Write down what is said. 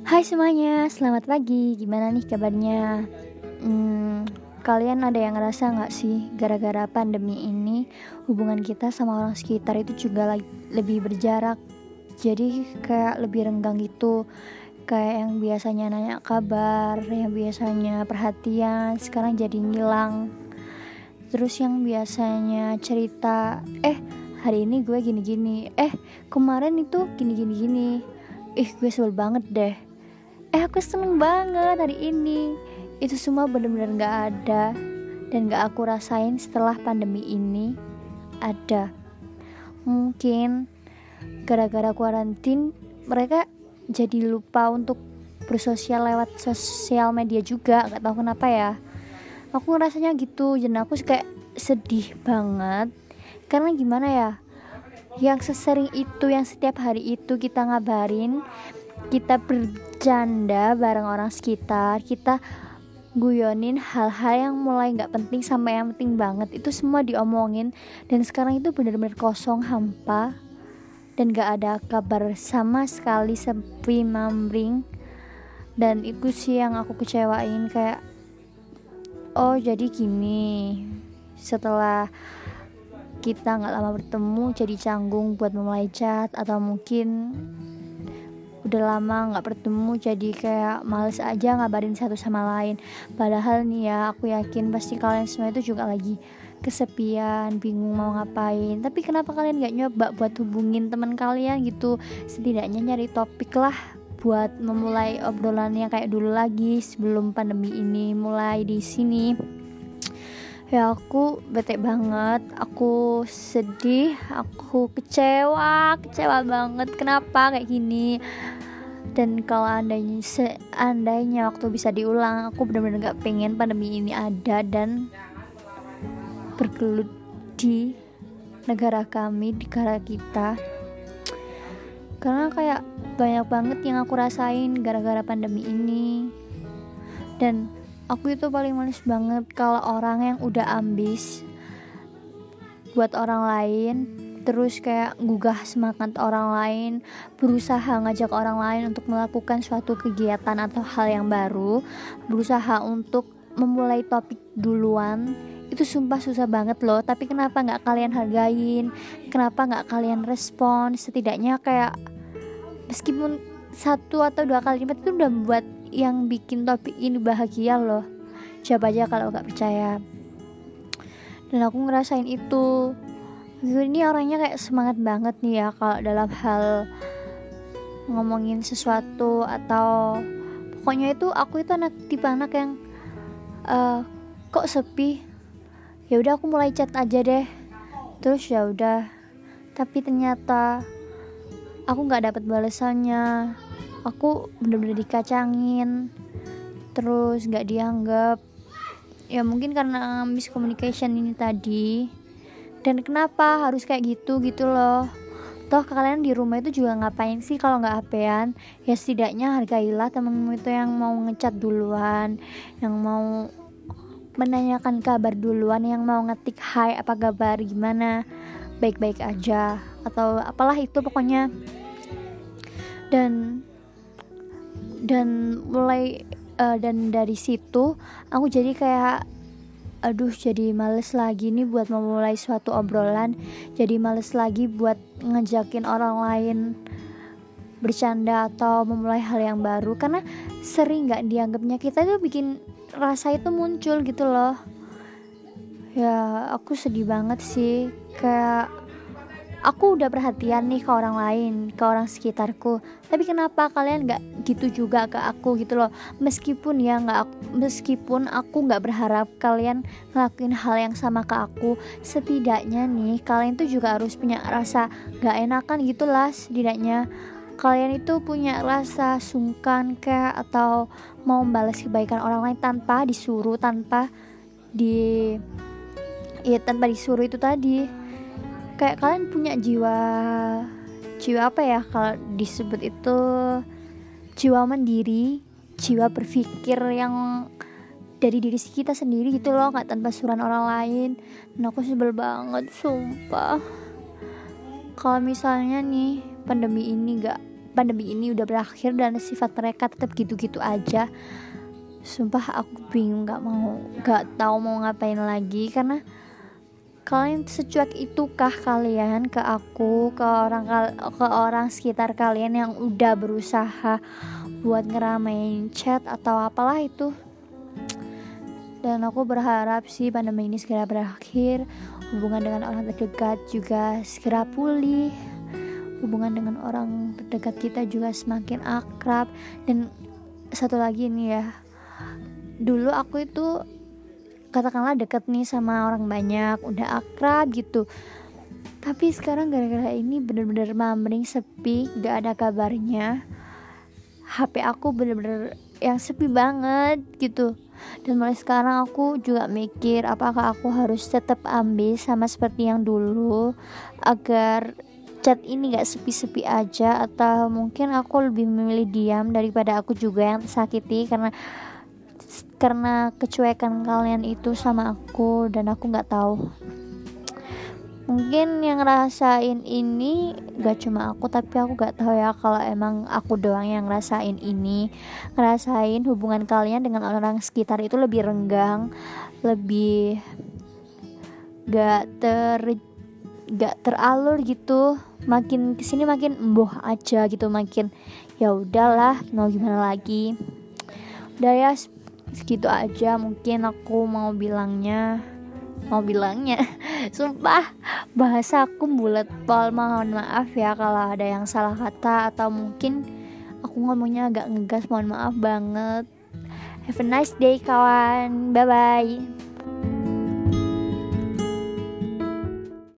Hai semuanya, selamat pagi. Gimana nih kabarnya? Kalian ada yang ngerasa gak sih gara-gara pandemi ini hubungan kita sama orang sekitar itu juga lebih berjarak. Jadi kayak lebih renggang gitu. Kayak yang biasanya nanya kabar, yang biasanya perhatian, sekarang jadi ngilang. Terus yang biasanya cerita, hari ini gue gini-gini, kemarin itu gini-gini-gini. Gue sebel banget deh. Aku seneng banget hari ini. Itu semua benar-benar gak ada dan gak aku rasain setelah pandemi ini ada. Mungkin gara-gara kuarantin mereka jadi lupa untuk bersosial lewat sosial media juga. Gak tahu kenapa ya, aku rasanya gitu. Dan aku kayak sedih banget. Karena gimana ya, yang sesering itu, yang setiap hari itu kita ngabarin, kita bercanda bareng orang sekitar, kita guyonin hal-hal yang mulai gak penting sampai yang penting banget, itu semua diomongin. Dan sekarang itu benar-benar kosong, hampa, dan gak ada kabar sama sekali, sepi mambring. Dan itu sih yang aku kecewain. Kayak, oh jadi gini, setelah kita gak lama bertemu jadi canggung buat memulai chat, atau mungkin udah lama gak bertemu jadi kayak males aja ngabarin satu sama lain. Padahal nih ya, aku yakin pasti kalian semua itu juga lagi kesepian, bingung mau ngapain. Tapi kenapa kalian gak nyoba buat hubungin teman kalian gitu? Setidaknya nyari topik lah buat memulai obrolannya kayak dulu lagi sebelum pandemi ini mulai di sini. Ya aku bete banget, aku sedih, aku kecewa banget. Kenapa kayak gini? Dan kalau seandainya waktu bisa diulang, aku benar-benar gak pengen pandemi ini ada dan bergelut di negara kami, di negara kita. Karena kayak banyak banget yang aku rasain gara-gara pandemi ini. Dan aku itu paling males banget kalau orang yang udah ambis buat orang lain, terus kayak gugah semangat orang lain, berusaha ngajak orang lain untuk melakukan suatu kegiatan atau hal yang baru, berusaha untuk memulai topik duluan. Itu sumpah susah banget loh. Tapi kenapa gak kalian hargain? Kenapa gak kalian respon? Setidaknya kayak meskipun 1 atau 2 kalimat itu udah buat yang bikin topik ini bahagia loh. Coba aja kalau gak percaya. Dan aku ngerasain itu. Ini orangnya kayak semangat banget nih ya kalau dalam hal ngomongin sesuatu, atau pokoknya itu aku itu tipe anak yang kok sepi, ya udah aku mulai chat aja deh. Terus ya udah, tapi ternyata aku nggak dapat balasannya. Aku bener-bener dikacangin, terus nggak dianggap. Ya mungkin karena miscommunication ini tadi. Dan kenapa harus kayak gitu loh? Toh kalian di rumah itu juga ngapain sih kalau nggak HP-an? Ya setidaknya hargailah temenmu itu yang mau ngechat duluan, yang mau menanyakan kabar duluan, yang mau ngetik hai apa kabar, gimana, baik-baik aja, atau apalah itu pokoknya. Dan mulai dan dari situ aku jadi kayak jadi males lagi nih buat memulai suatu obrolan. Jadi males lagi buat ngejakin orang lain bercanda atau memulai hal yang baru. Karena sering gak dianggapnya kita tuh bikin rasa itu muncul gitu loh. Ya aku sedih banget sih. Kayak aku udah perhatian nih ke orang lain, ke orang sekitarku, tapi kenapa kalian gak gitu juga ke aku gitu loh. Meskipun aku gak berharap kalian ngelakuin hal yang sama ke aku, setidaknya nih kalian tuh juga harus punya rasa gak enakan gitulah. Setidaknya kalian itu punya rasa sungkan kayak, atau mau membalas kebaikan orang lain tanpa disuruh, tanpa disuruh itu tadi. Kayak kalian punya jiwa apa ya kalau disebut itu, jiwa mandiri, jiwa berpikir yang dari diri kita sendiri gitu loh, gak tanpa suruhan orang lain. Dan aku sebel banget sumpah. Kalau misalnya nih pandemi ini gak pandemi ini udah berakhir dan sifat mereka tetap gitu-gitu aja. Sumpah aku bingung, gak tahu mau ngapain lagi. Karena kalian secuek itukah kalian ke aku, ke orang sekitar kalian yang udah berusaha buat ngeramein chat atau apalah itu. Dan aku berharap sih pandemi ini segera berakhir, hubungan dengan orang terdekat juga segera pulih, hubungan dengan orang terdekat kita juga semakin akrab. Dan satu lagi nih ya, dulu aku itu katakanlah deket nih sama orang banyak, udah akrab gitu, tapi sekarang gara-gara ini bener-bener mamring, sepi, gak ada kabarnya. HP aku bener-bener yang sepi banget gitu. Dan mulai sekarang aku juga mikir, apakah aku harus tetap ambil sama seperti yang dulu agar chat ini gak sepi-sepi aja, atau mungkin aku lebih memilih diam daripada aku juga yang tersakiti karena kecuekan kalian itu sama aku. Dan aku nggak tahu, mungkin yang ngerasain ini gak cuma aku, tapi aku gak tahu ya kalau emang aku doang yang ngerasain ini, ngerasain hubungan kalian dengan orang sekitar itu lebih renggang, lebih gak teralur gitu, makin kesini makin emboh aja gitu, makin ya udahlah mau gimana lagi. Udah ya, segitu aja mungkin aku mau bilangnya. Sumpah bahasa aku bulet pol, mohon maaf ya kalau ada yang salah kata atau mungkin aku ngomongnya agak ngegas, mohon maaf banget. Have a nice day kawan, bye bye.